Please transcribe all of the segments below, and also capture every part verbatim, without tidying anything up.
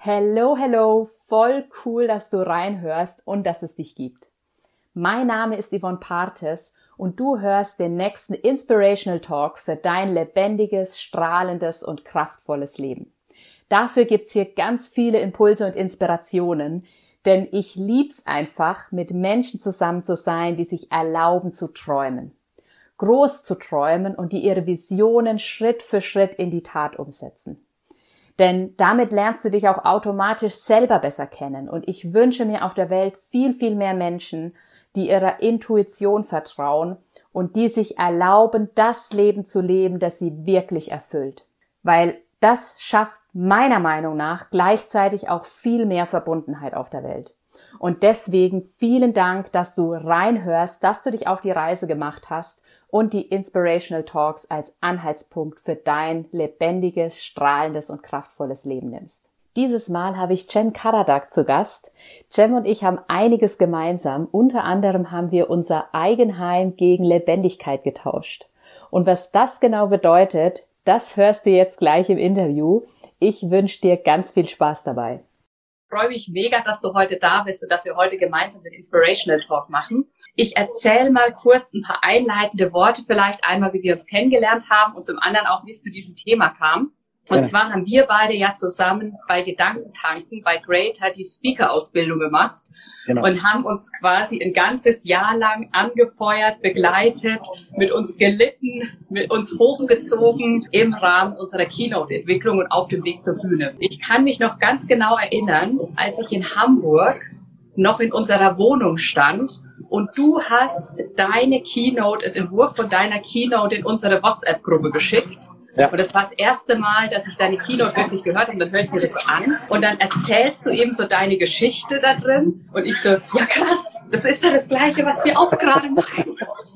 Hello, hello, voll cool, dass du reinhörst und dass es dich gibt. Mein Name ist Yvonne Partes und du hörst den nächsten Inspirational Talk für dein lebendiges, strahlendes und kraftvolles Leben. Dafür gibt's hier ganz viele Impulse und Inspirationen, denn ich lieb's einfach, mit Menschen zusammen zu sein, die sich erlauben zu träumen. Groß zu träumen und die ihre Visionen Schritt für Schritt in die Tat umsetzen. Denn damit lernst du dich auch automatisch selber besser kennen. Und ich wünsche mir auf der Welt viel, viel mehr Menschen, die ihrer Intuition vertrauen und die sich erlauben, das Leben zu leben, das sie wirklich erfüllt. Weil das schafft meiner Meinung nach gleichzeitig auch viel mehr Verbundenheit auf der Welt. Und deswegen vielen Dank, dass du reinhörst, dass du dich auf die Reise gemacht hast und die Inspirational Talks als Anhaltspunkt für dein lebendiges, strahlendes und kraftvolles Leben nimmst. Dieses Mal habe ich Cem Karadak zu Gast. Cem und ich haben einiges gemeinsam. Unter anderem haben wir unser Eigenheim gegen Lebendigkeit getauscht. Und was das genau bedeutet, das hörst du jetzt gleich im Interview. Ich wünsche dir ganz viel Spaß dabei. Ich freue mich mega, dass du heute da bist und dass wir heute gemeinsam den Inspirational Talk machen. Ich erzähle mal kurz ein paar einleitende Worte, vielleicht einmal, wie wir uns kennengelernt haben und zum anderen auch, wie es zu diesem Thema kam. Und ja. zwar haben wir beide ja zusammen bei Gedankentanken, bei Greater, die Speaker-Ausbildung gemacht genau. und haben uns quasi ein ganzes Jahr lang angefeuert, begleitet, mit uns gelitten, mit uns hochgezogen im Rahmen unserer Keynote-Entwicklung und auf dem Weg zur Bühne. Ich kann mich noch ganz genau erinnern, als ich in Hamburg noch in unserer Wohnung stand und du hast deine Keynote, den Entwurf von deiner Keynote in unsere WhatsApp-Gruppe geschickt. Ja. Und das war das erste Mal, dass ich deine Keynote wirklich gehört habe. Und dann höre ich mir das so an. Und dann erzählst du eben so deine Geschichte da drin. Und ich so, ja krass, das ist ja das Gleiche, was wir auch gerade machen.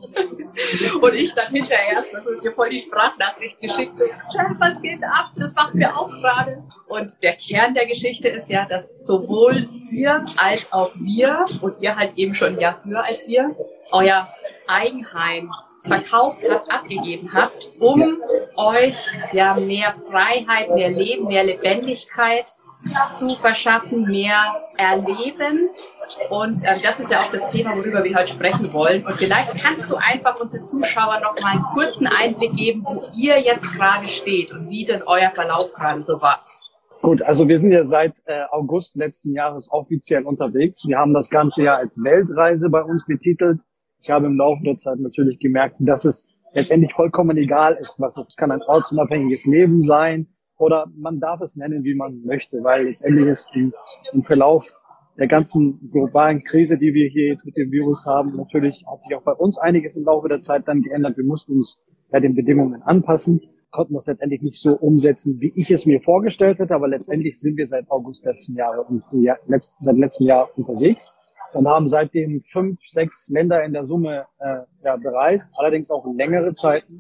Und ich dann hinterher erst, also dir voll die Sprachnachricht geschickt. So, was geht ab? Das machen wir auch gerade. Und der Kern der Geschichte ist ja, dass sowohl ihr als auch wir, und ihr halt eben schon ein Jahr früher als wir, euer Eigenheim verkauft habt, abgegeben habt, um ja. euch ja mehr Freiheit, mehr Leben, mehr Lebendigkeit zu verschaffen, mehr Erleben. Und ähm, das ist ja auch das Thema, worüber wir heute sprechen wollen. Und vielleicht kannst du einfach unseren Zuschauern noch mal einen kurzen Einblick geben, wo ihr jetzt gerade steht und wie denn euer Verlauf gerade so war. Gut, also wir sind ja seit äh, August letzten Jahres offiziell unterwegs. Wir haben das ganze Jahr als Weltreise bei uns betitelt. Ich habe im Laufe der Zeit natürlich gemerkt, dass es letztendlich vollkommen egal ist, was es kann, ein ortsunabhängiges Leben sein oder man darf es nennen, wie man möchte, weil letztendlich ist im, im Verlauf der ganzen globalen Krise, die wir hier jetzt mit dem Virus haben, natürlich hat sich auch bei uns einiges im Laufe der Zeit dann geändert. Wir mussten uns ja den Bedingungen anpassen, konnten das letztendlich nicht so umsetzen, wie ich es mir vorgestellt hätte, aber letztendlich sind wir seit August letzten Jahres und ja, letzt, seit letztem Jahr unterwegs. Und haben seitdem fünf, sechs Länder in der Summe äh, ja, bereist, allerdings auch längere Zeiten.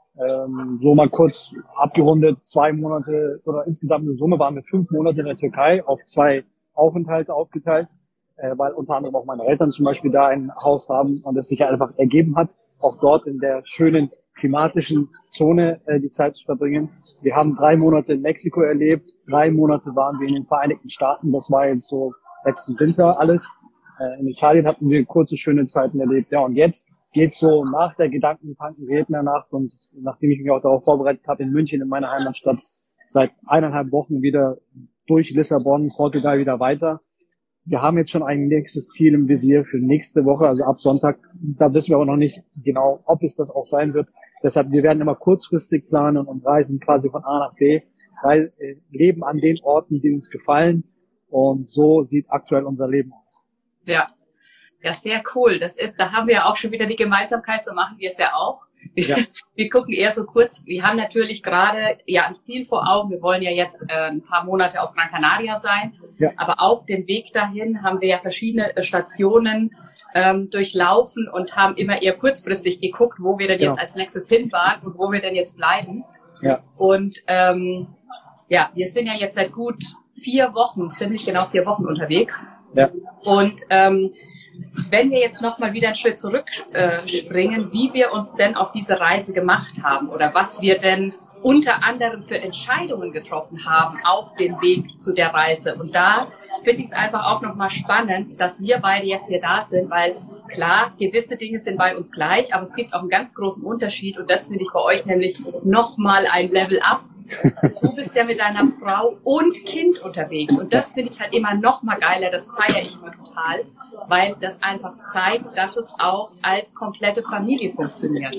Ähm, so mal kurz abgerundet, zwei Monate oder insgesamt in Summe waren wir fünf Monate in der Türkei auf zwei Aufenthalte aufgeteilt, äh, weil unter anderem auch meine Eltern zum Beispiel da ein Haus haben und es sich ja einfach ergeben hat, auch dort in der schönen klimatischen Zone äh, die Zeit zu verbringen. Wir haben drei Monate in Mexiko erlebt, drei Monate waren wir in den Vereinigten Staaten, das war jetzt so letzten Winter alles. In Italien hatten wir kurze, schöne Zeiten erlebt. Ja, und jetzt geht's so nach der Gedankentanken-Rednernacht und nachdem ich mich auch darauf vorbereitet habe, in München, in meiner Heimatstadt, seit eineinhalb Wochen wieder durch Lissabon, Portugal wieder weiter. Wir haben jetzt schon ein nächstes Ziel im Visier für nächste Woche, also ab Sonntag. Da wissen wir aber noch nicht genau, ob es das auch sein wird. Deshalb, wir werden immer kurzfristig planen und reisen quasi von A nach B, weil äh, leben an den Orten, die uns gefallen. Und so sieht aktuell unser Leben aus. Ja, ja, sehr cool. Das ist, da haben wir auch schon wieder die Gemeinsamkeit, so machen wir es ja auch. Wir, ja. wir gucken eher so kurz, wir haben natürlich gerade ja ein Ziel vor Augen, wir wollen ja jetzt äh, ein paar Monate auf Gran Canaria sein, ja. aber auf dem Weg dahin haben wir ja verschiedene Stationen ähm, durchlaufen und haben immer eher kurzfristig geguckt, wo wir denn jetzt ja. als nächstes hinfahren und wo wir denn jetzt bleiben. Ja. Und ähm, ja, wir sind ja jetzt seit gut vier Wochen, ziemlich genau vier Wochen unterwegs. Ja. Und ähm, wenn wir jetzt nochmal wieder einen Schritt zurückspringen, äh, wie wir uns denn auf diese Reise gemacht haben oder was wir denn unter anderem für Entscheidungen getroffen haben auf dem Weg zu der Reise. Und da finde ich es einfach auch nochmal spannend, dass wir beide jetzt hier da sind, weil klar, gewisse Dinge sind bei uns gleich, aber es gibt auch einen ganz großen Unterschied und das finde ich bei euch nämlich nochmal ein Level up. Du bist ja mit deiner Frau und Kind unterwegs und das finde ich halt immer noch mal geiler, das feiere ich immer total, weil das einfach zeigt, dass es auch als komplette Familie funktioniert.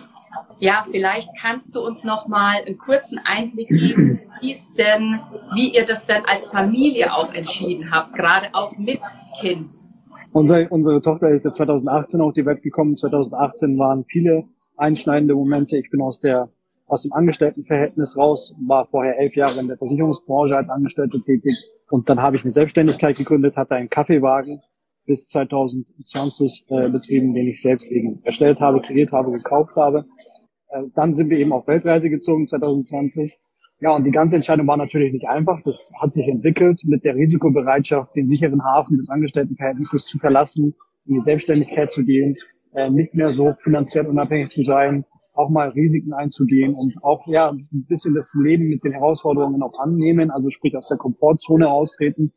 Ja, vielleicht kannst du uns noch mal einen kurzen Einblick geben, wie es denn, wie ihr das denn als Familie auch entschieden habt, gerade auch mit Kind. Unsere, unsere Tochter ist ja zwanzig achtzehn auf die Welt gekommen. zwanzig achtzehn waren viele einschneidende Momente. Ich bin aus der aus dem Angestelltenverhältnis raus, war vorher elf Jahre in der Versicherungsbranche als Angestellte tätig und dann habe ich eine Selbstständigkeit gegründet, hatte einen Kaffeewagen bis zwanzig zwanzig äh, betrieben, den ich selbst eben erstellt habe, kreiert habe, gekauft habe. Äh, dann sind wir eben auf Weltreise gezogen zwanzig zwanzig. Ja, und die ganze Entscheidung war natürlich nicht einfach. Das hat sich entwickelt mit der Risikobereitschaft, den sicheren Hafen des Angestelltenverhältnisses zu verlassen, in die Selbstständigkeit zu gehen, äh, nicht mehr so finanziell unabhängig zu sein, auch mal Risiken einzugehen und auch ja ein bisschen das Leben mit den Herausforderungen auch annehmen, also sprich aus der Komfortzone austreten.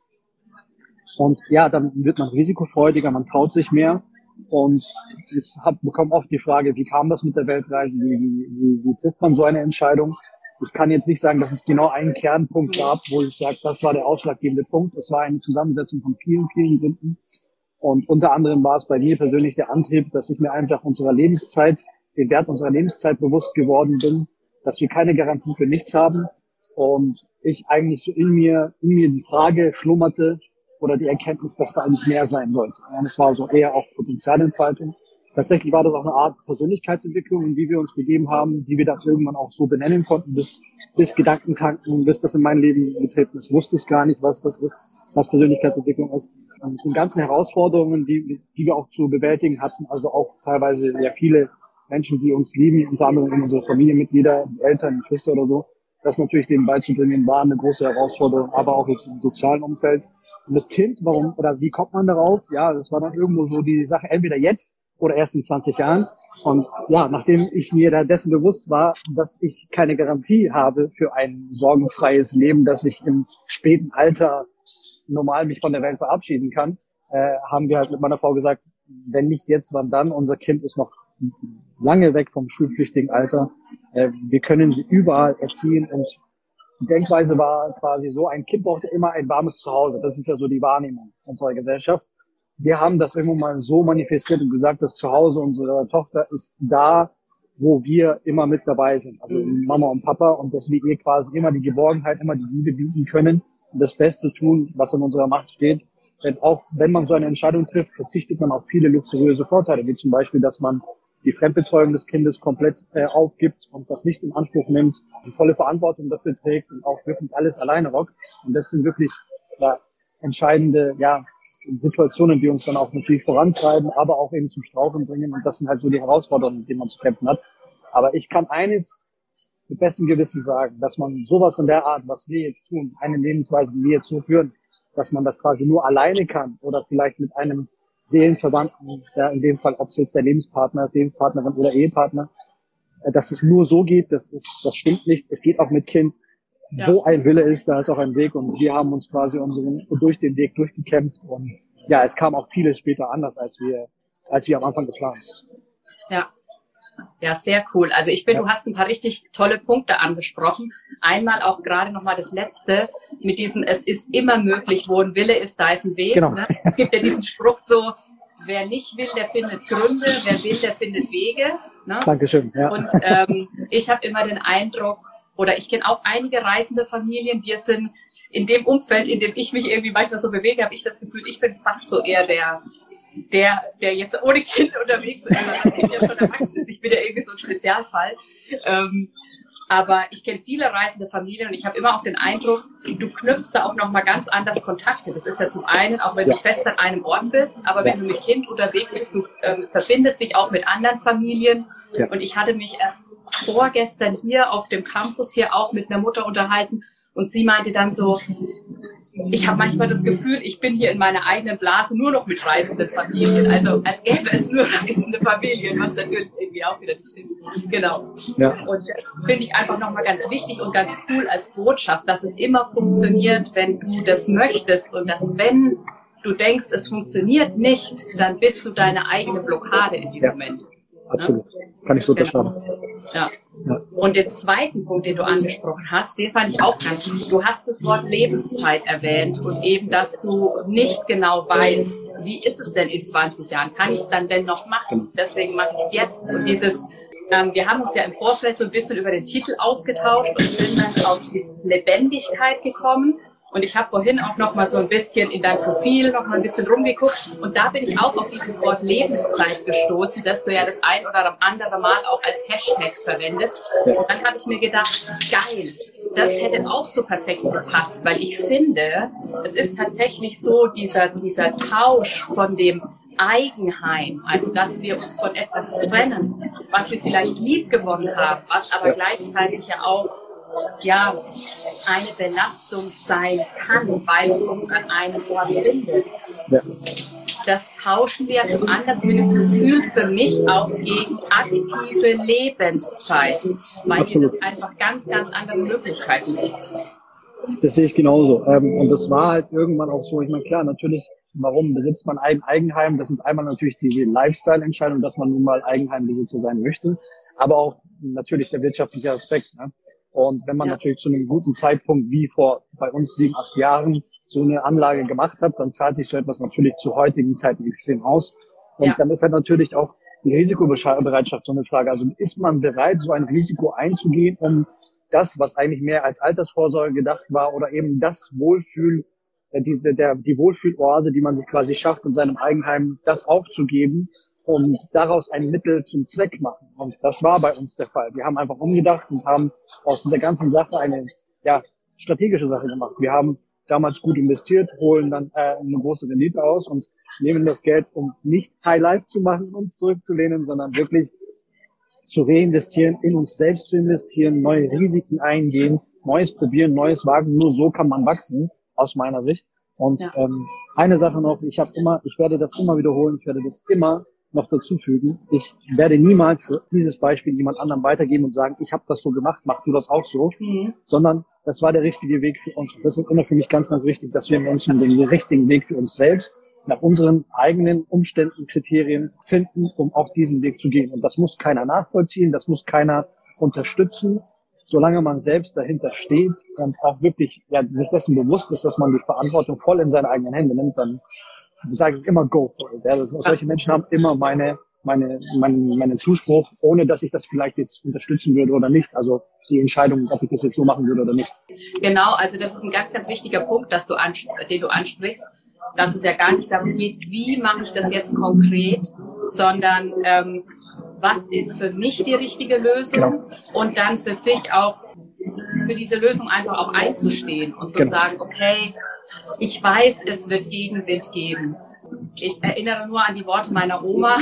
Und ja, dann wird man risikofreudiger, man traut sich mehr. Und ich hab, bekomme oft die Frage, wie kam das mit der Weltreise, wie, wie, wie, wie trifft man so eine Entscheidung? Ich kann jetzt nicht sagen, dass es genau einen Kernpunkt gab, wo ich sage, das war der ausschlaggebende Punkt. Es war eine Zusammensetzung von vielen, vielen Gründen. Und unter anderem war es bei mir persönlich der Antrieb, dass ich mir einfach unserer Lebenszeit, den Wert unserer Lebenszeit bewusst geworden bin, dass wir keine Garantie für nichts haben. Und ich eigentlich so in mir, in mir die Frage schlummerte oder die Erkenntnis, dass da eigentlich mehr sein sollte. Und es war so eher auch Potenzialentfaltung. Tatsächlich war das auch eine Art Persönlichkeitsentwicklung, in die wir uns begeben haben, die wir dann irgendwann auch so benennen konnten, bis, bis Gedankentanken, bis das in mein Leben getreten ist, wusste ich gar nicht, was das ist, was Persönlichkeitsentwicklung ist. Und die ganzen Herausforderungen, die, die wir auch zu bewältigen hatten, also auch teilweise ja viele Menschen, die uns lieben, unter anderem unsere Familienmitglieder, Eltern, Geschwister oder so, das natürlich denen beizubringen, war eine große Herausforderung, aber auch jetzt im sozialen Umfeld. Mit Kind, warum, oder wie kommt man darauf? Ja, das war dann irgendwo so die Sache, entweder jetzt oder erst in zwanzig Jahren. Und ja, nachdem ich mir da dessen bewusst war, dass ich keine Garantie habe für ein sorgenfreies Leben, dass ich im späten Alter normal mich von der Welt verabschieden kann, äh, haben wir halt mit meiner Frau gesagt, wenn nicht jetzt, wann dann? Unser Kind ist noch lange weg vom schulpflichtigen Alter. Äh, wir können sie überall erziehen und die Denkweise war quasi so, ein Kind braucht ja immer ein warmes Zuhause. Das ist ja so die Wahrnehmung unserer Gesellschaft. Wir haben das irgendwann mal so manifestiert und gesagt, das Zuhause unserer Tochter ist da, wo wir immer mit dabei sind. Also Mama und Papa, und dass wir ihr quasi immer die Geborgenheit, immer die Liebe bieten können und das Beste tun, was in unserer Macht steht. Denn auch wenn man so eine Entscheidung trifft, verzichtet man auf viele luxuriöse Vorteile, wie zum Beispiel, dass man die Fremdbetreuung des Kindes komplett äh, aufgibt und das nicht in Anspruch nimmt, die volle Verantwortung dafür trägt und auch wirklich alles alleine rockt. Und das sind wirklich ja, entscheidende ja, Situationen, die uns dann auch natürlich vorantreiben, aber auch eben zum Straucheln bringen. Und das sind halt so die Herausforderungen, mit denen man zu kämpfen hat. Aber ich kann eines mit bestem Gewissen sagen, dass man sowas in der Art, was wir jetzt tun, eine Lebensweise, die wir jetzt so führen, dass man das quasi nur alleine kann oder vielleicht mit einem Seelenverwandten, ja, in dem Fall, ob es jetzt der Lebenspartner ist, Lebenspartnerin oder Ehepartner, dass es nur so geht, das ist, das stimmt nicht. Es geht auch mit Kind. Ja. Wo ein Wille ist, da ist auch ein Weg, und wir haben uns quasi unseren, durch den Weg durchgekämpft, und ja, es kam auch vieles später anders, als wir, als wir am Anfang geplant. Ja. Ja, sehr cool. Also ich finde, ja. Du hast ein paar richtig tolle Punkte angesprochen. Einmal auch gerade nochmal das Letzte mit diesem, es ist immer möglich, wo ein Wille ist, da ist ein Weg. Genau. Ne? Es gibt ja diesen Spruch so, wer nicht will, der findet Gründe, wer will, der findet Wege. Ne? Dankeschön. Ja. Und ähm, ich habe immer den Eindruck, oder ich kenne auch einige reisende Familien, wir sind in dem Umfeld, in dem ich mich irgendwie manchmal so bewege, habe ich das Gefühl, ich bin fast so eher der der, der jetzt ohne Kind unterwegs ist, also das Kind ja schon erwachsen ist. Ich bin ja irgendwie so ein Spezialfall. Ähm, aber ich kenne viele reisende Familien und ich habe immer auch den Eindruck, du knüpfst da auch nochmal ganz anders Kontakte. Das ist ja zum einen, auch wenn ja. du fest an einem Ort bist, aber wenn du mit Kind unterwegs bist, du ähm, verbindest dich auch mit anderen Familien. Ja. Und ich hatte mich erst vorgestern hier auf dem Campus hier auch mit einer Mutter unterhalten, Und sie meinte dann so, ich habe manchmal das Gefühl, ich bin hier in meiner eigenen Blase nur noch mit reisenden Familien. Also als gäbe es nur reisende Familien, was natürlich irgendwie auch wieder nicht stimmt. Genau. Ja. Und das finde ich einfach nochmal ganz wichtig und ganz cool als Botschaft, dass es immer funktioniert, wenn du das möchtest und dass wenn du denkst, es funktioniert nicht, dann bist du deine eigene Blockade in dem ja. Moment. Absolut. Ja? Kann ich so unterschreiben. Genau. Ja. Ja. Und den zweiten Punkt, den du angesprochen hast, den fand ich auch ganz wichtig. Du hast das Wort Lebenszeit erwähnt und eben, dass du nicht genau weißt, wie ist es denn in zwanzig Jahren? Kann ich es dann denn noch machen? Deswegen mache ich es jetzt. Und dieses, ähm, wir haben uns ja im Vorfeld so ein bisschen über den Titel ausgetauscht und sind dann auf dieses Lebendigkeit gekommen. Und ich habe vorhin auch noch mal so ein bisschen in dein Profil noch mal ein bisschen rumgeguckt und da bin ich auch auf dieses Wort Lebenszeit gestoßen, dass du ja das ein oder andere Mal auch als Hashtag verwendest. Und dann habe ich mir gedacht, geil, das hätte auch so perfekt gepasst, weil ich finde, es ist tatsächlich so dieser, dieser Tausch von dem Eigenheim, also dass wir uns von etwas trennen, was wir vielleicht lieb gewonnen haben, was aber gleichzeitig ja auch ja, eine Belastung sein kann, weil es uns an einem Ort bindet. Ja. Das tauschen wir zum anderen, zumindest gefühlt für mich, auch gegen aktive Lebenszeit, weil Absolut. Es einfach ganz, ganz andere Möglichkeiten gibt. Das sehe ich genauso. Und das war halt irgendwann auch so, ich meine, klar, natürlich, warum besitzt man ein Eigenheim? Das ist einmal natürlich diese Lifestyle-Entscheidung, dass man nun mal Eigenheimbesitzer sein möchte, aber auch natürlich der wirtschaftliche Aspekt, ne? Und wenn man ja. natürlich zu einem guten Zeitpunkt, wie vor bei uns sieben, acht Jahren, so eine Anlage gemacht hat, dann zahlt sich so etwas natürlich zu heutigen Zeiten extrem aus. Und ja. dann ist halt natürlich auch die Risikobereitschaft so eine Frage. Also ist man bereit, so ein Risiko einzugehen, um das, was eigentlich mehr als Altersvorsorge gedacht war, oder eben das Wohlfühl, die, der, die Wohlfühloase, die man sich quasi schafft in seinem Eigenheim, das aufzugeben und daraus ein Mittel zum Zweck machen. Und das war bei uns der Fall. Wir haben einfach umgedacht und haben aus dieser ganzen Sache eine ja, strategische Sache gemacht. Wir haben damals gut investiert, holen dann äh, eine große Rendite aus und nehmen das Geld, um nicht High Life zu machen, uns zurückzulehnen, sondern wirklich zu reinvestieren, in uns selbst zu investieren, neue Risiken eingehen, Neues probieren, Neues wagen. Nur so kann man wachsen, aus meiner Sicht. Und ja. ähm, eine Sache noch, ich habe immer, ich werde das immer wiederholen, ich werde das immer noch dazu fügen. Ich werde niemals dieses Beispiel jemand anderem weitergeben und sagen, ich habe das so gemacht, mach du das auch so, mhm. sondern das war der richtige Weg für uns. Das ist immer für mich ganz, ganz wichtig, dass wir Menschen den richtigen Weg für uns selbst nach unseren eigenen Umständen, Kriterien finden, um auch diesen Weg zu gehen. Und das muss keiner nachvollziehen, das muss keiner unterstützen. Solange man selbst dahinter steht und auch wirklich ja, sich dessen bewusst ist, dass man die Verantwortung voll in seine eigenen Hände nimmt, dann sage ich immer go for it. Ja, das, solche Menschen haben immer meine, meine, meinen, meinen Zuspruch, ohne dass ich das vielleicht jetzt unterstützen würde oder nicht. Also die Entscheidung, ob ich das jetzt so machen würde oder nicht. Genau, also das ist ein ganz, ganz wichtiger Punkt, dass du ansp- den du ansprichst, dass es ja gar nicht darum geht, wie mache ich das jetzt konkret, sondern ähm, was ist für mich die richtige Lösung genau. und dann für sich auch für diese Lösung einfach auch einzustehen und zu genau. sagen, okay, ich weiß, es wird Gegenwind geben. Ich erinnere nur an die Worte meiner Oma,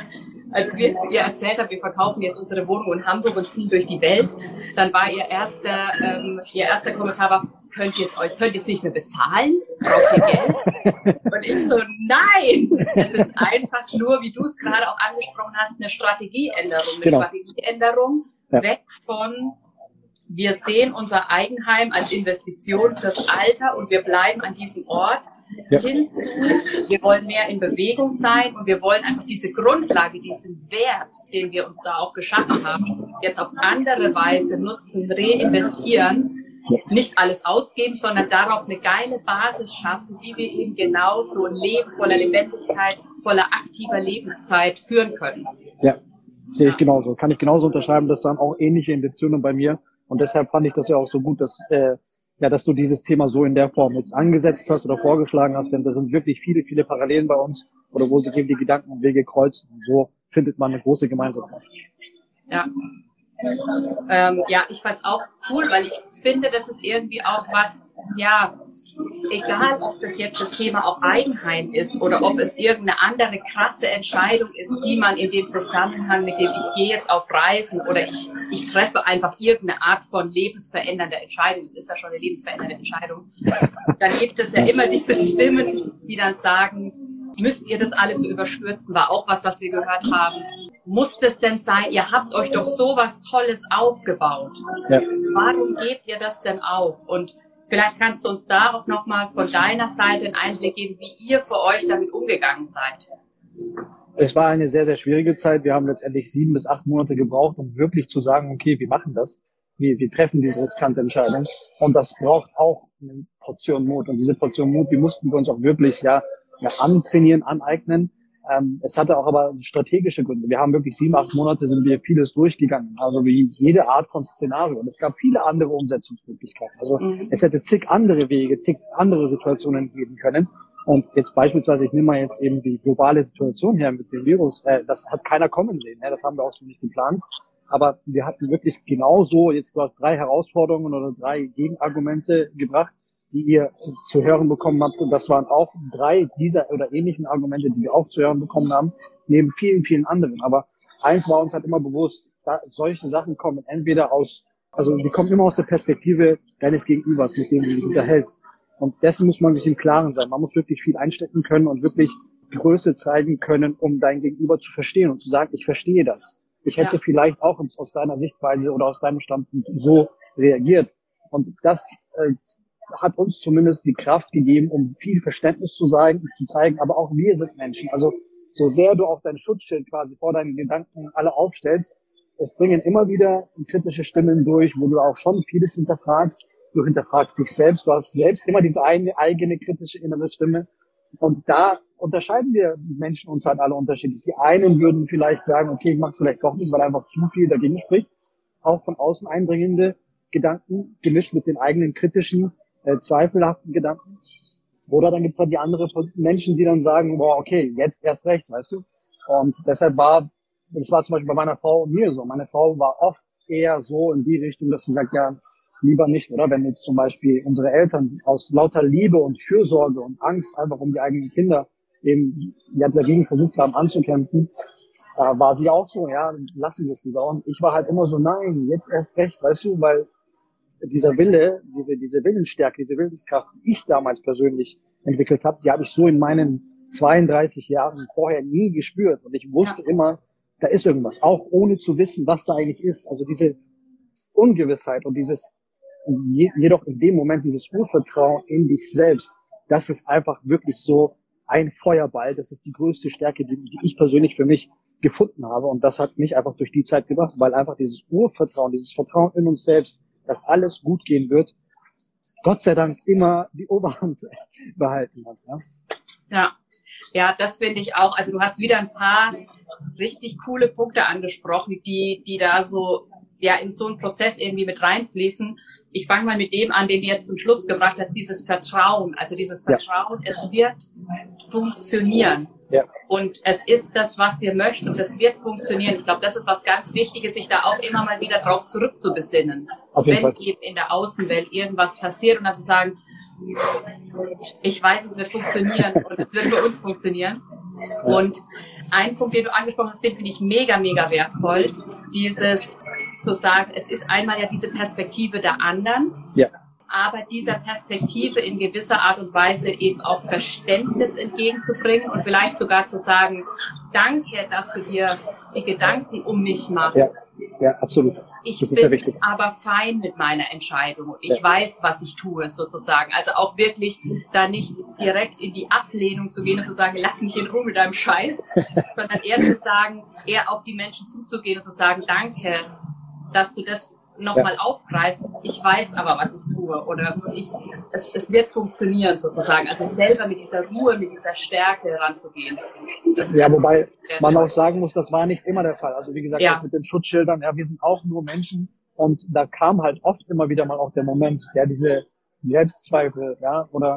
als wir ihr erzählt haben, wir verkaufen jetzt unsere Wohnung in Hamburg und ziehen durch die Welt. Dann war ihr erster, ähm, ihr erster Kommentar war, könnt ihr es euch, könnt ihr es nicht mehr bezahlen? Braucht ihr Geld? Und ich so, nein! Es ist einfach nur, wie du es gerade auch angesprochen hast, eine Strategieänderung. Eine genau. Strategieänderung ja. weg von, wir sehen unser Eigenheim als Investition fürs Alter und wir bleiben an diesem Ort, ja. hinzu, wir wollen mehr in Bewegung sein und wir wollen einfach diese Grundlage, diesen Wert, den wir uns da auch geschaffen haben, jetzt auf andere Weise nutzen, reinvestieren, ja. nicht alles ausgeben, sondern darauf eine geile Basis schaffen, wie wir eben genau so ein Leben voller Lebendigkeit, voller aktiver Lebenszeit führen können. Ja, sehe ich genauso. Kann ich genauso unterschreiben, das sind auch ähnliche Intentionen bei mir. Und deshalb fand ich das ja auch so gut, dass, äh, ja, dass du dieses Thema so in der Form jetzt angesetzt hast oder vorgeschlagen hast, denn da sind wirklich viele, viele Parallelen bei uns oder wo sich eben die Gedanken und Wege kreuzen. Und so findet man eine große Gemeinsamkeit. Ja, Ähm, ja, ich fand's auch cool, weil ich finde, das ist irgendwie auch was, ja, egal ob das jetzt das Thema auch Eigenheim ist oder ob es irgendeine andere krasse Entscheidung ist, die man in dem Zusammenhang mit dem ich gehe jetzt auf Reisen oder ich, ich treffe einfach irgendeine Art von lebensverändernder Entscheidung, das ist ja schon eine lebensverändernde Entscheidung, dann gibt es ja immer diese Stimmen, die dann sagen, müsst ihr das alles so überstürzen, war auch was, was wir gehört haben. Muss das denn sein? Ihr habt euch doch so was Tolles aufgebaut. Ja. Warum gebt ihr das denn auf? Und vielleicht kannst du uns da auch nochmal von deiner Seite einen Einblick geben, wie ihr für euch damit umgegangen seid. Es war eine sehr, sehr schwierige Zeit. Wir haben letztendlich sieben bis acht Monate gebraucht, um wirklich zu sagen, okay, wir machen das. Wir, wir treffen diese riskante Entscheidung. Und das braucht auch eine Portion Mut. Und diese Portion Mut, die mussten wir uns auch wirklich, ja, ja antrainieren, aneignen. Ähm, es hatte auch aber strategische Gründe. Wir haben wirklich sieben, acht Monate sind wir vieles durchgegangen. Also wie jede Art von Szenario. Und es gab viele andere Umsetzungsmöglichkeiten. Also mhm. es hätte zig andere Wege, zig andere Situationen geben können. Und jetzt beispielsweise, ich nehme mal jetzt eben die globale Situation her mit dem Virus. Äh, das hat keiner kommen sehen. Ne? Das haben wir auch so nicht geplant. Aber wir hatten wirklich genauso, jetzt du hast drei Herausforderungen oder drei Gegenargumente gebracht, die ihr zu hören bekommen habt. Und das waren auch drei dieser oder ähnlichen Argumente, die wir auch zu hören bekommen haben, neben vielen, vielen anderen. Aber eins war uns halt immer bewusst, da solche Sachen kommen entweder aus, also die kommen immer aus der Perspektive deines Gegenübers, mit dem du dich unterhältst. Und dessen muss man sich im Klaren sein. Man muss wirklich viel einstecken können und wirklich Größe zeigen können, um dein Gegenüber zu verstehen und zu sagen, ich verstehe das. Ich hätte ja. vielleicht auch aus deiner Sichtweise oder aus deinem Standpunkt so reagiert. Und das äh, hat uns zumindest die Kraft gegeben, um viel Verständnis zu zeigen, zu zeigen, aber auch wir sind Menschen. Also so sehr du auch dein Schutzschild quasi vor deinen Gedanken alle aufstellst, es dringen immer wieder kritische Stimmen durch, wo du auch schon vieles hinterfragst. Du hinterfragst dich selbst, du hast selbst immer diese eine eigene kritische innere Stimme. Und da unterscheiden wir Menschen uns halt alle unterschiedlich. Die einen würden vielleicht sagen, okay, ich mach's vielleicht doch nicht, weil einfach zu viel dagegen spricht. Auch von außen eindringende Gedanken, gemischt mit den eigenen kritischen, äh, zweifelhaften Gedanken. Oder dann gibt's halt die anderen Menschen, die dann sagen, boah, okay, jetzt erst recht, weißt du. Und deshalb war, das war zum Beispiel bei meiner Frau und mir so. Meine Frau war oft eher so in die Richtung, dass sie sagt, ja, lieber nicht, oder? Wenn jetzt zum Beispiel unsere Eltern aus lauter Liebe und Fürsorge und Angst einfach um die eigenen Kinder eben ja, dagegen versucht haben anzukämpfen, äh, war sie auch so, ja, lassen wir es lieber. Und ich war halt immer so, nein, jetzt erst recht, weißt du, weil dieser Wille, diese diese Willensstärke, diese Willenskraft, die ich damals persönlich entwickelt habe, die habe ich so in meinen zweiunddreißig Jahren vorher nie gespürt. Und ich wusste ja. immer, da ist irgendwas, auch ohne zu wissen, was da eigentlich ist. Also diese Ungewissheit und dieses, jedoch in dem Moment dieses Urvertrauen in dich selbst, das ist einfach wirklich so ein Feuerball. Das ist die größte Stärke, die, die ich persönlich für mich gefunden habe. Und das hat mich einfach durch die Zeit gebracht, weil einfach dieses Urvertrauen, dieses Vertrauen in uns selbst, dass alles gut gehen wird, Gott sei Dank immer die Oberhand behalten hat. Ja, ja, ja, das finde ich auch. Also du hast wieder ein paar richtig coole Punkte angesprochen, die die da so ja in so einen Prozess irgendwie mit reinfließen. Ich fange mal mit dem an, den du jetzt zum Schluss gebracht hast, dieses Vertrauen. Also dieses Vertrauen, ja. Es wird funktionieren. Ja. Und es ist das, was wir möchten, und es wird funktionieren. Ich glaube, das ist was ganz Wichtiges, sich da auch immer mal wieder drauf zurückzubesinnen. Wenn Fall. eben in der Außenwelt irgendwas passiert und dann zu sagen, ich weiß, es wird funktionieren und es wird für uns funktionieren. Ja. Und ein Punkt, den du angesprochen hast, den finde ich mega, mega wertvoll. Dieses zu sagen, es ist einmal ja diese Perspektive der anderen. Ja. Aber dieser Perspektive in gewisser Art und Weise eben auch Verständnis entgegenzubringen und vielleicht sogar zu sagen, danke, dass du dir die Gedanken um mich machst. Ja, ja, absolut. Ich das bin ist aber fein mit meiner Entscheidung und ich ja. weiß, was ich tue, sozusagen. Also auch wirklich da nicht direkt in die Ablehnung zu gehen und zu sagen, lass mich in Ruhe mit deinem Scheiß, sondern eher zu sagen, eher auf die Menschen zuzugehen und zu sagen, danke, dass du das nochmal ja. aufgreifst, ich weiß aber, was ich tue, oder ich, es, es wird funktionieren sozusagen, also selber mit dieser Ruhe, mit dieser Stärke ranzugehen. Ja, wobei man auch sagen muss, das war nicht immer der Fall, also wie gesagt, ja. das mit den Schutzschildern, ja, wir sind auch nur Menschen und da kam halt oft immer wieder mal auch der Moment, der diese Selbstzweifel, ja, oder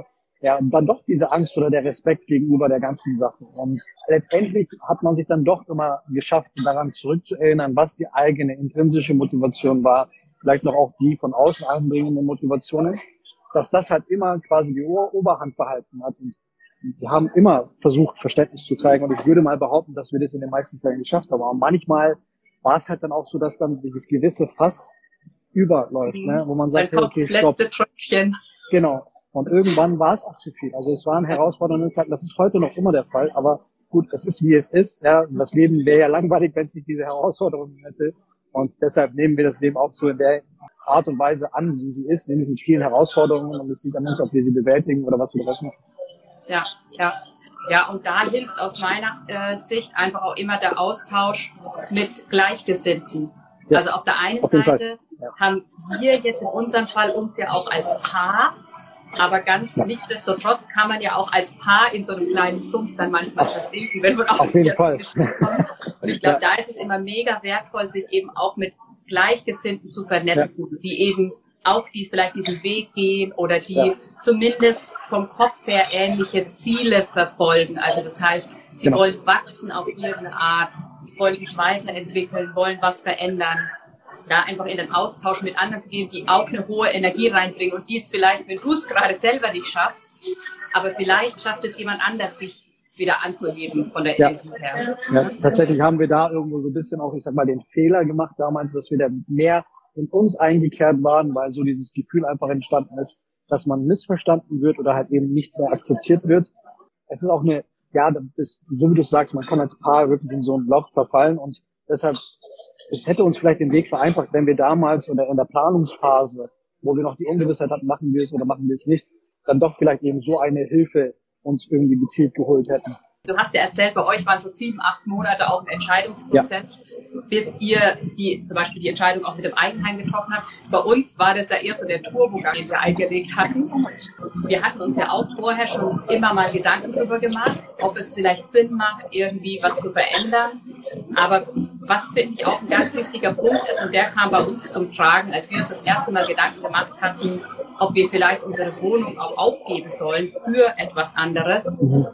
ja, und dann doch diese Angst oder der Respekt gegenüber der ganzen Sache. Und letztendlich hat man sich dann doch immer geschafft, daran zurückzuerinnern, was die eigene intrinsische Motivation war, vielleicht noch auch die von außen einbringenden Motivationen, dass das halt immer quasi die Ober- Oberhand behalten hat. Und wir haben immer versucht, Verständnis zu zeigen. Und ich würde mal behaupten, dass wir das in den meisten Fällen geschafft haben. Aber manchmal war es halt dann auch so, dass dann dieses gewisse Fass überläuft, mhm. ne? Wo man sagt, dann kommt okay, das letzte stopp. Tröpfchen. Genau. Und irgendwann war es auch zu viel. Also es waren herausfordernde Zeiten. Das ist heute noch immer der Fall. Aber gut, es ist, wie es ist. Ja, das Leben wäre ja langweilig, wenn es nicht diese Herausforderungen hätte. Und deshalb nehmen wir das Leben auch so in der Art und Weise an, wie sie ist, nämlich mit vielen Herausforderungen. Und es liegt an uns, ob wir sie bewältigen oder was wir daraus machen. Ja, ja. Ja, und da hilft aus meiner äh, Sicht einfach auch immer der Austausch mit Gleichgesinnten. Ja. Also auf der einen auf Seite ja. haben wir jetzt in unserem Fall uns ja auch als Paar, aber ganz ja. nichtsdestotrotz kann man ja auch als Paar in so einem kleinen Sumpf dann manchmal versinken, wenn man auch auf jeden Fall. kommt. Und ich glaube, ja. da ist es immer mega wertvoll, sich eben auch mit Gleichgesinnten zu vernetzen, ja. die eben auch die vielleicht diesen Weg gehen oder die ja. zumindest vom Kopf her ähnliche Ziele verfolgen. Also das heißt, sie genau. wollen wachsen auf irgendeine Art, wollen sich weiterentwickeln, wollen was verändern. Da einfach in den Austausch mit anderen zu gehen, die auch eine hohe Energie reinbringen und dies vielleicht, wenn du es gerade selber nicht schaffst, aber vielleicht schafft es jemand anders, dich wieder anzuheben von der ja. Energie her. Ja, tatsächlich haben wir da irgendwo so ein bisschen auch, ich sag mal, den Fehler gemacht damals, dass wir da mehr in uns eingekehrt waren, weil so dieses Gefühl einfach entstanden ist, dass man missverstanden wird oder halt eben nicht mehr akzeptiert wird. Es ist auch eine, ja, das ist, so wie du sagst, man kann als Paar wirklich in so ein Loch verfallen und deshalb, es hätte uns vielleicht den Weg vereinfacht, wenn wir damals oder in der Planungsphase, wo wir noch die Ungewissheit hatten, machen wir es oder machen wir es nicht, dann doch vielleicht eben so eine Hilfe uns irgendwie gezielt geholt hätten. Du hast ja erzählt, bei euch waren so sieben, acht Monate auch ein Entscheidungsprozess, ja. bis ihr die, zum Beispiel die Entscheidung auch mit dem Eigenheim getroffen habt. Bei uns war das ja eher so der Turbogang, den wir eingelegt hatten. Wir hatten uns ja auch vorher schon immer mal Gedanken darüber gemacht, ob es vielleicht Sinn macht, irgendwie was zu verändern. Aber was finde ich auch ein ganz wichtiger Punkt ist, und der kam bei uns zum Tragen, als wir uns das erste Mal Gedanken gemacht hatten, ob wir vielleicht unsere Wohnung auch aufgeben sollen für etwas anderes. Mhm.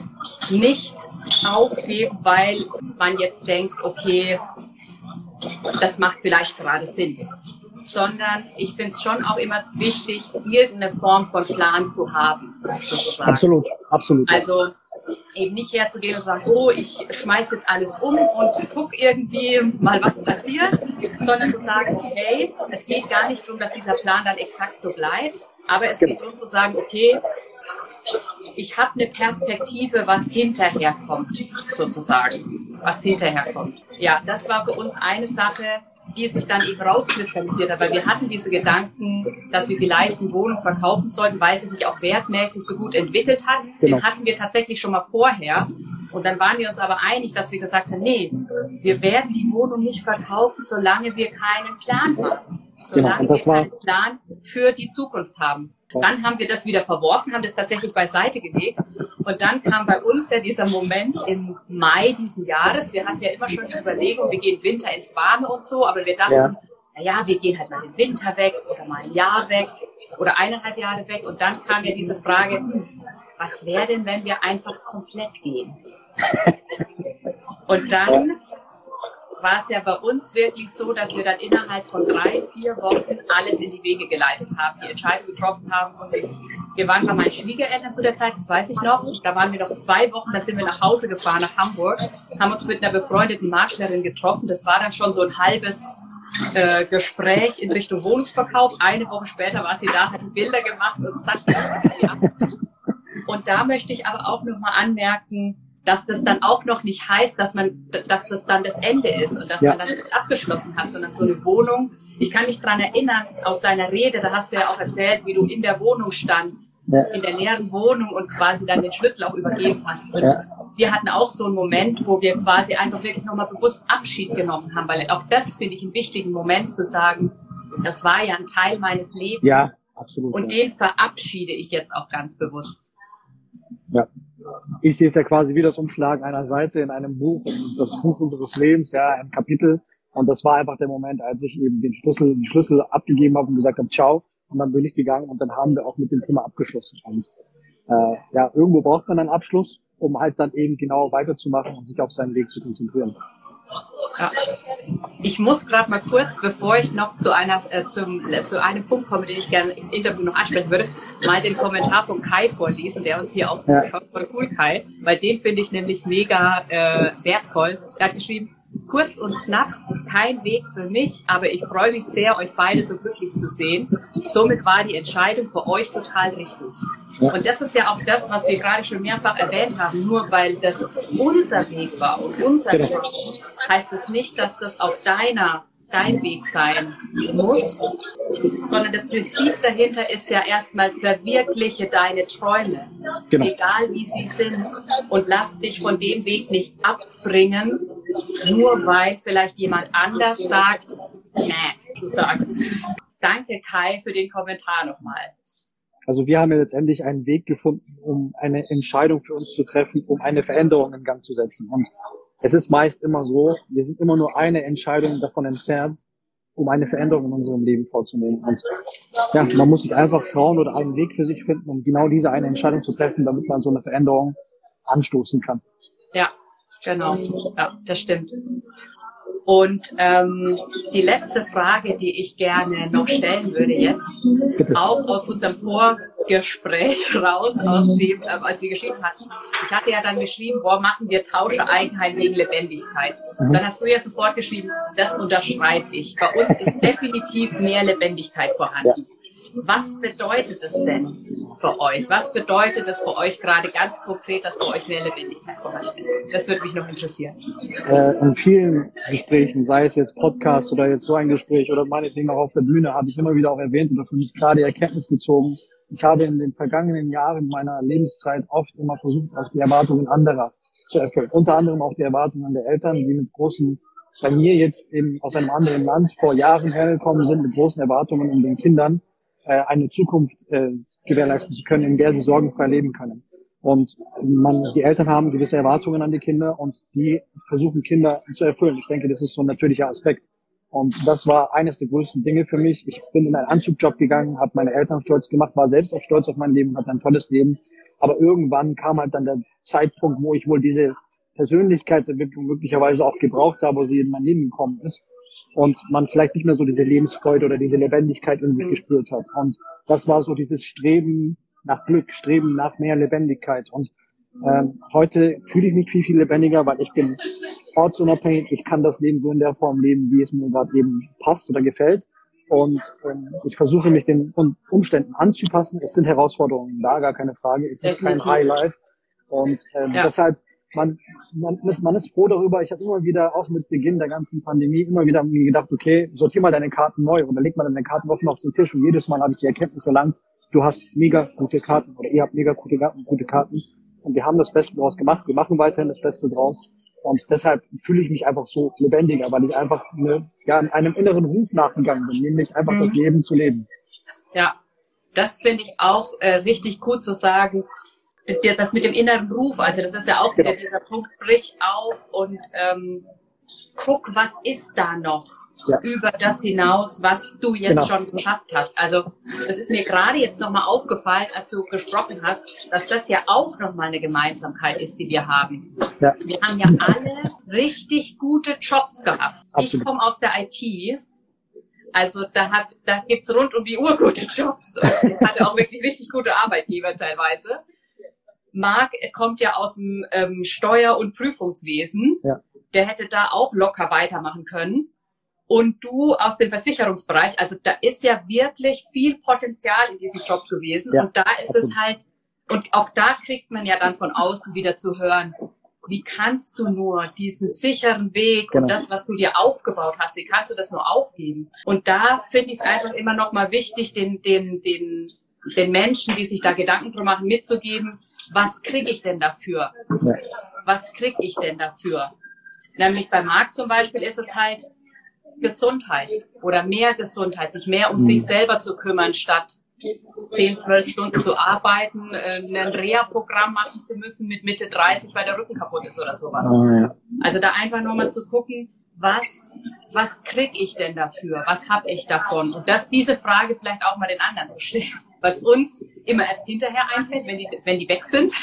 Nicht aufgeben, weil man jetzt denkt, okay, das macht vielleicht gerade Sinn. Sondern ich finde es schon auch immer wichtig, irgendeine Form von Plan zu haben, sozusagen. Absolut, absolut. Also eben nicht herzugehen und sagen, oh, ich schmeiß jetzt alles um und guck irgendwie mal, was passiert, sondern zu sagen, okay, es geht gar nicht darum, dass dieser Plan dann exakt so bleibt, aber es genau. geht darum zu sagen, okay, ich habe eine Perspektive, was hinterher kommt, sozusagen, was hinterher kommt. Ja, das war für uns eine Sache, die sich dann eben rauskristallisiert hat, weil wir hatten diese Gedanken, dass wir vielleicht die Wohnung verkaufen sollten, weil sie sich auch wertmäßig so gut entwickelt hat. Genau. Den hatten wir tatsächlich schon mal vorher. Und dann waren wir uns aber einig, dass wir gesagt haben, nee, wir werden die Wohnung nicht verkaufen, solange wir keinen Plan haben. Solange genau. wir keinen Plan für die Zukunft haben. Dann haben wir das wieder verworfen, haben das tatsächlich beiseite gelegt. Und dann kam bei uns ja dieser Moment im Mai diesen Jahres. Wir hatten ja immer schon die Überlegung, wir gehen Winter ins Warme und so, aber wir dachten, ja. naja, wir gehen halt mal den Winter weg oder mal ein Jahr weg oder eineinhalb Jahre weg. Und dann kam ja diese Frage, hm, was wäre denn, wenn wir einfach komplett gehen? Und dann war es ja bei uns wirklich so, dass wir dann innerhalb von drei, vier Wochen alles in die Wege geleitet haben, die Entscheidung getroffen haben. Und wir waren bei meinen Schwiegereltern zu der Zeit, das weiß ich noch. Da waren wir noch zwei Wochen, dann sind wir nach Hause gefahren, nach Hamburg, haben uns mit einer befreundeten Maklerin getroffen. Das war dann schon so ein halbes äh, Gespräch in Richtung Wohnungsverkauf. Eine Woche später war sie da, hat die Bilder gemacht und zack, das ging ab. Und da möchte ich aber auch nochmal anmerken, dass das dann auch noch nicht heißt, dass man, dass das dann das Ende ist und dass ja. man dann abgeschlossen hat, sondern so eine Wohnung. Ich kann mich dran erinnern, aus deiner Rede, da hast du ja auch erzählt, wie du in der Wohnung standst, ja. in der leeren Wohnung und quasi dann den Schlüssel auch übergeben hast. Und ja. wir hatten auch so einen Moment, wo wir quasi einfach wirklich nochmal bewusst Abschied genommen haben, weil auch das finde ich einen wichtigen Moment zu sagen, das war ja ein Teil meines Lebens. Ja, absolut. Und ja. den verabschiede ich jetzt auch ganz bewusst. Ja. Ich sehe es ja quasi wie das Umschlagen einer Seite in einem Buch, das Buch unseres Lebens, ja, ein Kapitel. Und das war einfach der Moment, als ich eben den Schlüssel, den Schlüssel abgegeben habe und gesagt habe, ciao. Und dann bin ich gegangen und dann haben wir auch mit dem Thema abgeschlossen. Und äh, ja, irgendwo braucht man einen Abschluss, um halt dann eben genau weiterzumachen und sich auf seinen Weg zu konzentrieren. Ja. Ich muss gerade mal kurz, bevor ich noch zu einer äh, zum äh, zu einem Punkt komme, den ich gerne im Interview noch ansprechen würde, mal den Kommentar von Kai vorlesen, der uns hier auch zuschaut. Ja. Voll cool, Kai, weil den finde ich nämlich mega äh, wertvoll. Er hat geschrieben: Kurz und knapp, kein Weg für mich, aber ich freue mich sehr, euch beide so glücklich zu sehen. Somit war die Entscheidung für euch total richtig. Ja. Und das ist ja auch das, was wir gerade schon mehrfach erwähnt haben. Nur weil das unser Weg war und unser Job, genau, heißt es nicht, dass das auch deiner, dein Weg sein muss, sondern das Prinzip dahinter ist ja erstmal: verwirkliche deine Träume, genau, egal wie sie sind, und lass dich von dem Weg nicht abbringen, nur weil vielleicht jemand anders sagt, nee, du sagst. Danke, Kai, für den Kommentar nochmal. Also wir haben ja letztendlich einen Weg gefunden, um eine Entscheidung für uns zu treffen, um eine Veränderung in Gang zu setzen. Und es ist meist immer so, wir sind immer nur eine Entscheidung davon entfernt, um eine Veränderung in unserem Leben vorzunehmen. Und ja, man muss sich einfach trauen oder einen Weg für sich finden, um genau diese eine Entscheidung zu treffen, damit man so eine Veränderung anstoßen kann. Ja, genau. Ja, das stimmt. Und ähm, die letzte Frage, die ich gerne noch stellen würde jetzt, Bitte. Auch aus unserem Vorgespräch raus, aus dem, äh, als wir geschrieben hatten. Ich hatte ja dann geschrieben, wo machen wir Tausche Eigenheim gegen Lebendigkeit. Mhm. Dann hast du ja sofort geschrieben, das unterschreibe ich. Bei uns ist definitiv mehr Lebendigkeit vorhanden. Ja. Was bedeutet es denn für euch? Was bedeutet es für euch gerade ganz konkret, dass für euch mehr Lebendigkeit vorhanden ist? Das würde mich noch interessieren. Äh, in vielen Gesprächen, sei es jetzt Podcast oder jetzt so ein Gespräch oder meinetwegen auch auf der Bühne, habe ich immer wieder auch erwähnt oder für mich klar die Erkenntnis gezogen. Ich habe in den vergangenen Jahren meiner Lebenszeit oft immer versucht, auch die Erwartungen anderer zu erfüllen. Unter anderem auch die Erwartungen der Eltern, die mit großen, bei mir jetzt eben aus einem anderen Land vor Jahren hergekommen sind, mit großen Erwartungen in den Kindern, eine Zukunft äh, gewährleisten zu können, in der sie sorgenfrei leben können. Und man, die Eltern haben gewisse Erwartungen an die Kinder und die versuchen Kinder zu erfüllen. Ich denke, das ist so ein natürlicher Aspekt. Und das war eines der größten Dinge für mich. Ich bin in einen Anzugjob gegangen, habe meine Eltern stolz gemacht, war selbst auch stolz auf mein Leben, hatte ein tolles Leben. Aber irgendwann kam halt dann der Zeitpunkt, wo ich wohl diese Persönlichkeitsentwicklung möglicherweise auch gebraucht habe, wo sie in mein Leben gekommen ist. Und man vielleicht nicht mehr so diese Lebensfreude oder diese Lebendigkeit in sich gespürt hat. Und das war so dieses Streben nach Glück, Streben nach mehr Lebendigkeit. Und ähm, heute fühle ich mich viel, viel lebendiger, weil ich bin ortsunabhängig. Ich kann das Leben so in der Form leben, wie es mir gerade eben passt oder gefällt. Und ähm, ich versuche mich den Umständen anzupassen. Es sind Herausforderungen da, gar keine Frage. Es ist kein Highlight. Und ähm, ja. deshalb Man, man, ist, man ist froh darüber. Ich habe immer wieder, auch mit Beginn der ganzen Pandemie, immer wieder mir gedacht, okay, sortier mal deine Karten neu oder leg mal deine Karten offen auf den Tisch. Und jedes Mal habe ich die Erkenntnis erlangt, du hast mega gute Karten oder ihr habt mega gute, gute Karten. Und wir haben das Beste draus gemacht. Wir machen weiterhin das Beste draus. Und deshalb fühle ich mich einfach so lebendiger, weil ich einfach eine, ja, einem inneren Ruf nachgegangen bin, nämlich einfach mhm. das Leben zu leben. Ja, das finde ich auch äh, richtig gut zu sagen. Das mit dem inneren Ruf, also das ist ja auch wieder dieser Punkt, brich auf und ähm, guck, was ist da noch ja. über das hinaus, was du jetzt genau. schon geschafft hast. Also das ist mir gerade jetzt nochmal aufgefallen, als du gesprochen hast, dass das ja auch nochmal eine Gemeinsamkeit ist, die wir haben. Ja. Wir haben ja alle richtig gute Jobs gehabt. Absolut. Ich komme aus der I T, also da, hat, da gibt's rund um die Uhr gute Jobs. Und ich hatte auch wirklich richtig gute Arbeitgeber teilweise. Marc kommt ja aus dem ähm, Steuer- und Prüfungswesen. Ja. Der hätte da auch locker weitermachen können. Und du aus dem Versicherungsbereich. Also da ist ja wirklich viel Potenzial in diesem Job gewesen. Ja. Und da ist es halt, und auch da kriegt man ja dann von außen wieder zu hören, wie kannst du nur diesen sicheren Weg genau. und das, was du dir aufgebaut hast, wie kannst du das nur aufgeben? Und da finde ich es einfach immer noch mal wichtig, den, den, den, den Menschen, die sich da Gedanken drum machen, mitzugeben, was kriege ich denn dafür? Ja. Was kriege ich denn dafür? Nämlich bei Marc zum Beispiel ist es halt Gesundheit oder mehr Gesundheit, sich mehr um mhm. sich selber zu kümmern, statt zehn, zwölf Stunden zu arbeiten, ein Reha-Programm machen zu müssen mit Mitte dreißig, weil der Rücken kaputt ist oder sowas. Oh, ja. Also da einfach nur mal zu gucken, was, was kriege ich denn dafür? Was habe ich davon? Und das, diese Frage vielleicht auch mal den anderen zu stellen. was uns immer erst hinterher einfällt, wenn die, wenn die weg sind.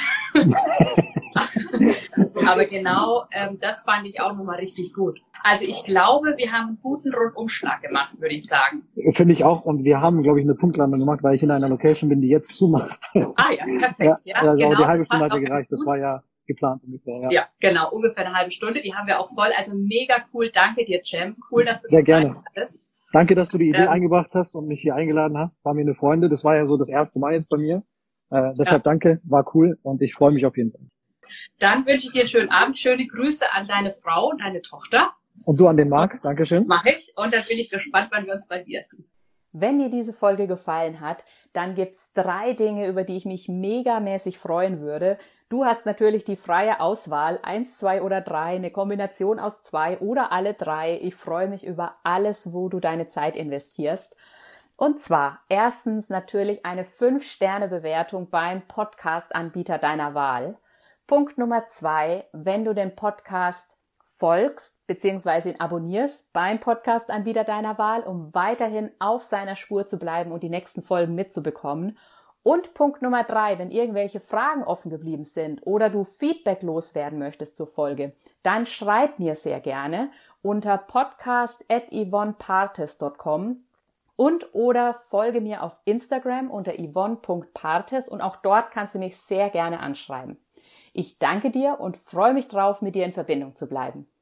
Aber genau ähm, das fand ich auch nochmal richtig gut. Also ich glaube, wir haben einen guten Rundumschlag gemacht, würde ich sagen. Finde ich auch. Und wir haben, glaube ich, eine Punktlandung gemacht, weil ich in einer Location bin, die jetzt zumacht. Ah ja, perfekt. Ja, ja, also genau, die halbe das Stunde passt hat ja auch gereicht. ganz Das gut. war ja geplant ungefähr. Ja. Ja, genau, ungefähr eine halbe Stunde. Die haben wir auch voll. Also mega cool. Danke dir, Cem. Cool, dass du Sehr die Zeit gerne. hattest. Danke, dass du die Idee Ähm, eingebracht hast und mich hier eingeladen hast. War mir eine Freunde. Das war ja so das erste Mal jetzt bei mir. Äh, deshalb ja. danke, war cool und ich freue mich auf jeden Fall. Dann wünsche ich dir einen schönen Abend. Schöne Grüße an deine Frau und deine Tochter. Und du an den Marc. Dankeschön. Mach ich. Und dann bin ich gespannt, wann wir uns bald wieder sehen. Wenn dir diese Folge gefallen hat, dann gibt's drei Dinge, über die ich mich megamäßig freuen würde. Du hast natürlich die freie Auswahl, eins, zwei oder drei, eine Kombination aus zwei oder alle drei. Ich freue mich über alles, wo du deine Zeit investierst. Und zwar erstens natürlich eine fünf Sterne Bewertung beim Podcast-Anbieter deiner Wahl. Punkt Nummer zwei, wenn du den Podcast folgst bzw. ihn abonnierst beim Podcast-Anbieter deiner Wahl, um weiterhin auf seiner Spur zu bleiben und die nächsten Folgen mitzubekommen. Und Punkt Nummer drei, wenn irgendwelche Fragen offen geblieben sind oder du Feedback loswerden möchtest zur Folge, dann schreib mir sehr gerne unter podcast at yvonne partes dot com und oder folge mir auf Instagram unter yvonne punkt partes und auch dort kannst du mich sehr gerne anschreiben. Ich danke dir und freue mich drauf, mit dir in Verbindung zu bleiben.